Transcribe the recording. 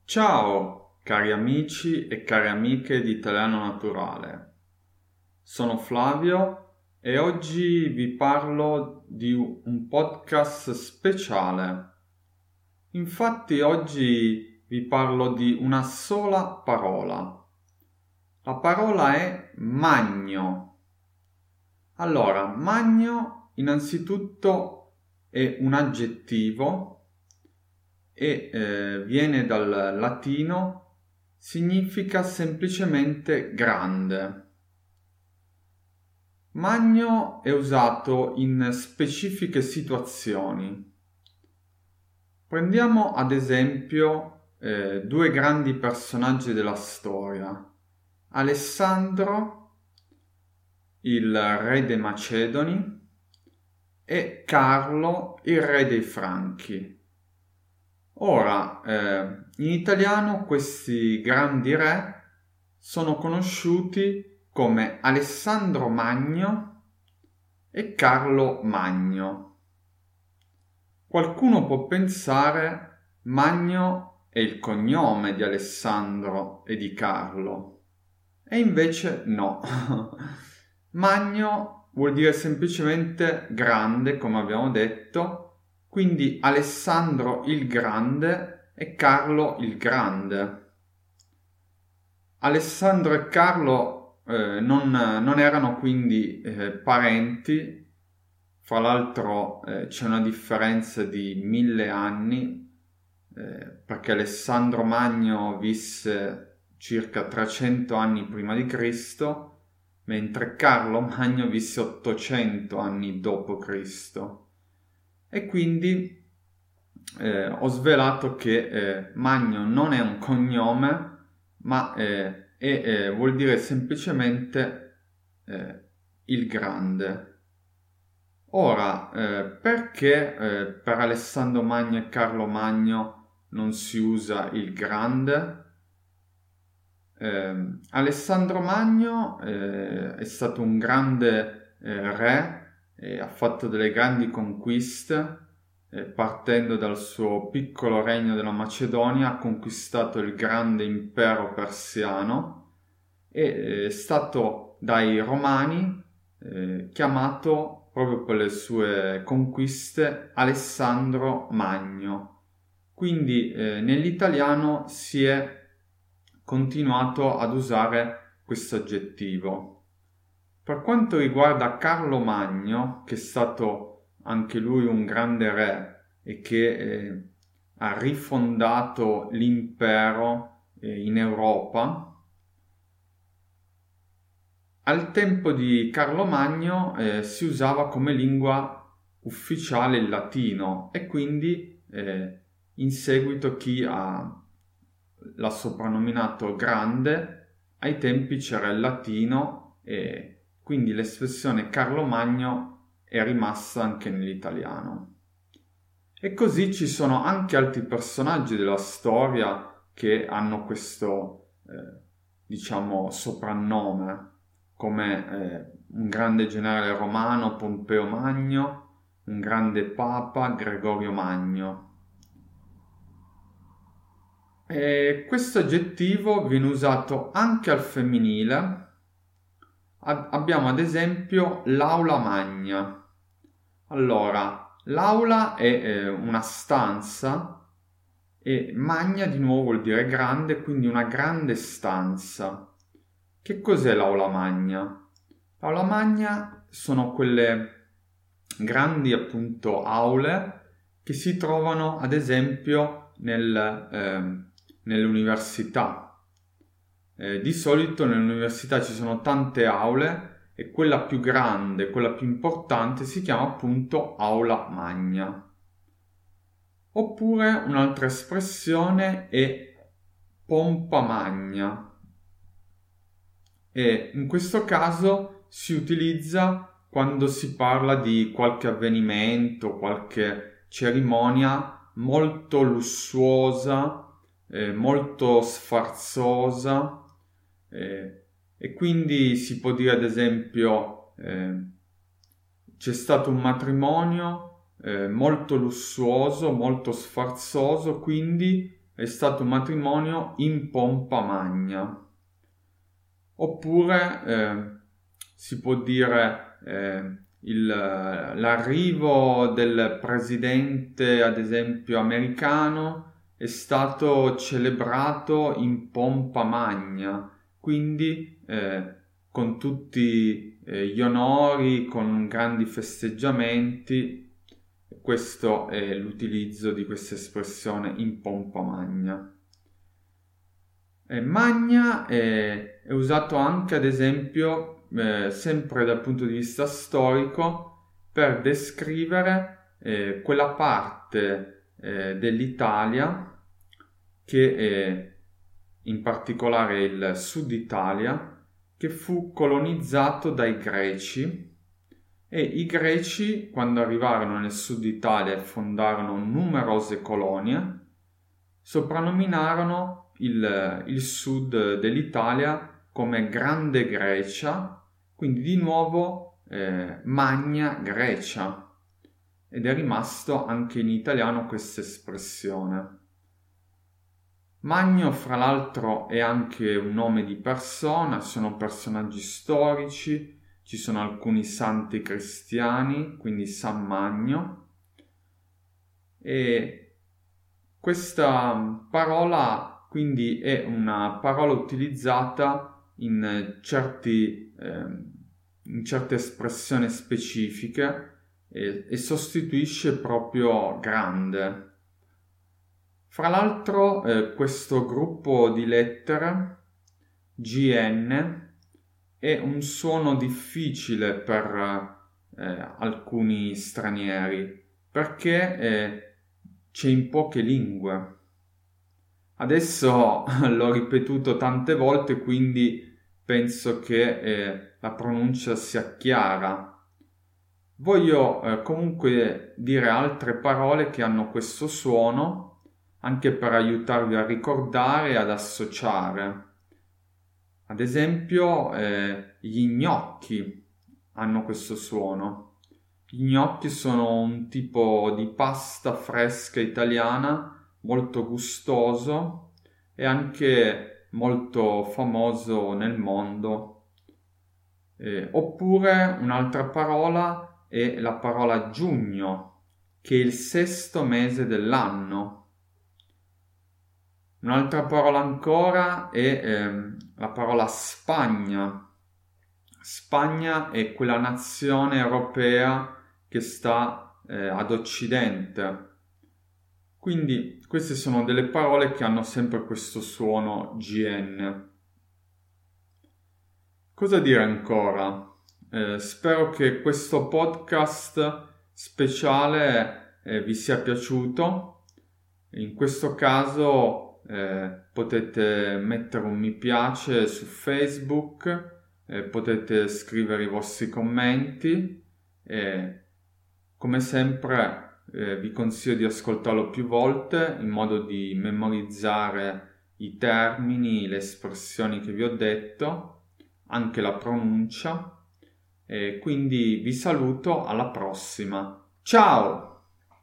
Ciao cari amici e cari amiche di Italiano Naturale, sono Flavio e oggi vi parlo di un podcast speciale. Infatti oggi vi parlo di una sola parola. La parola è magno. Allora, magno innanzitutto è un aggettivo e viene dal latino, significa semplicemente grande. Magno è usato in specifiche situazioni. Prendiamo ad esempio due grandi personaggi della storia, Alessandro, il re dei Macedoni, e Carlo, il re dei Franchi. Ora, in italiano questi grandi re sono conosciuti come Alessandro Magno e Carlo Magno. Qualcuno può pensare Magno è il cognome di Alessandro e di Carlo, e invece no. Magno vuol dire semplicemente grande, come abbiamo detto, quindi Alessandro il Grande e Carlo il Grande. Alessandro e Carlo non erano quindi parenti, fra l'altro c'è una differenza di 1000 anni, perché Alessandro Magno visse circa 300 anni prima di Cristo, mentre Carlo Magno visse 800 anni dopo Cristo. E quindi ho svelato che Magno non è un cognome, ma vuol dire semplicemente il grande. Ora, perché per Alessandro Magno e Carlo Magno non si usa il grande? Alessandro Magno è stato un grande re e ha fatto delle grandi conquiste. Partendo dal suo piccolo regno della Macedonia, ha conquistato il grande impero persiano e è stato dai Romani chiamato proprio per le sue conquiste Alessandro Magno. Quindi nell'italiano si è continuato ad usare questo aggettivo. Per quanto riguarda Carlo Magno, che è stato anche lui un grande re e che ha rifondato l'impero in Europa, al tempo di Carlo Magno si usava come lingua ufficiale il latino e quindi in seguito chi l'ha soprannominato grande, ai tempi c'era il latino e quindi l'espressione Carlo Magno è rimasta anche nell'italiano. E così ci sono anche altri personaggi della storia che hanno questo, diciamo, soprannome, come un grande generale romano, Pompeo Magno, un grande papa, Gregorio Magno. E questo aggettivo viene usato anche al femminile. Abbiamo ad esempio l'aula magna. Allora, l'aula è una stanza e magna di nuovo vuol dire grande, quindi una grande stanza. Che cos'è l'aula magna? L'aula magna sono quelle grandi appunto aule che si trovano ad esempio nelle università. Di solito nell'università ci sono tante aule e quella più grande, quella più importante si chiama appunto aula magna. Oppure un'altra espressione è pompa magna e in questo caso si utilizza quando si parla di qualche avvenimento, qualche cerimonia molto lussuosa, molto sfarzosa, e quindi si può dire ad esempio c'è stato un matrimonio molto lussuoso, molto sfarzoso, quindi è stato un matrimonio in pompa magna. Oppure si può dire l'arrivo del presidente, ad esempio, americano è stato celebrato in pompa magna, quindi con tutti gli onori, con grandi festeggiamenti. Questo è l'utilizzo di questa espressione in pompa magna. Magna è usato anche, ad esempio, sempre dal punto di vista storico, per descrivere quella parte dell'Italia che è in particolare il sud Italia, che fu colonizzato dai Greci, e i Greci, quando arrivarono nel sud Italia e fondarono numerose colonie, soprannominarono il sud dell'Italia come Grande Grecia, quindi di nuovo Magna Grecia, ed è rimasto anche in italiano questa espressione. Magno, fra l'altro, è anche un nome di persona, sono personaggi storici, ci sono alcuni santi cristiani, quindi San Magno, e questa parola quindi è una parola utilizzata in certe espressioni specifiche e sostituisce proprio grande. Fra l'altro questo gruppo di lettere GN è un suono difficile per alcuni stranieri perché c'è in poche lingue. Adesso l'ho ripetuto tante volte, quindi penso che la pronuncia sia chiara. Voglio comunque dire altre parole che hanno questo suono, anche per aiutarvi a ricordare e ad associare. Ad esempio, gli gnocchi hanno questo suono. Gli gnocchi sono un tipo di pasta fresca italiana, molto gustoso e anche molto famoso nel mondo. Oppure un'altra parola è la parola giugno, che è il 6° mese dell'anno. Un'altra parola ancora è la parola Spagna. Spagna è quella nazione europea che sta ad occidente. Quindi queste sono delle parole che hanno sempre questo suono GN. Cosa dire ancora? Spero che questo podcast speciale vi sia piaciuto. In questo caso potete mettere un mi piace su Facebook, potete scrivere i vostri commenti e come sempre vi consiglio di ascoltarlo più volte in modo di memorizzare i termini, le espressioni che vi ho detto, anche la pronuncia, e quindi vi saluto, alla prossima. Ciao!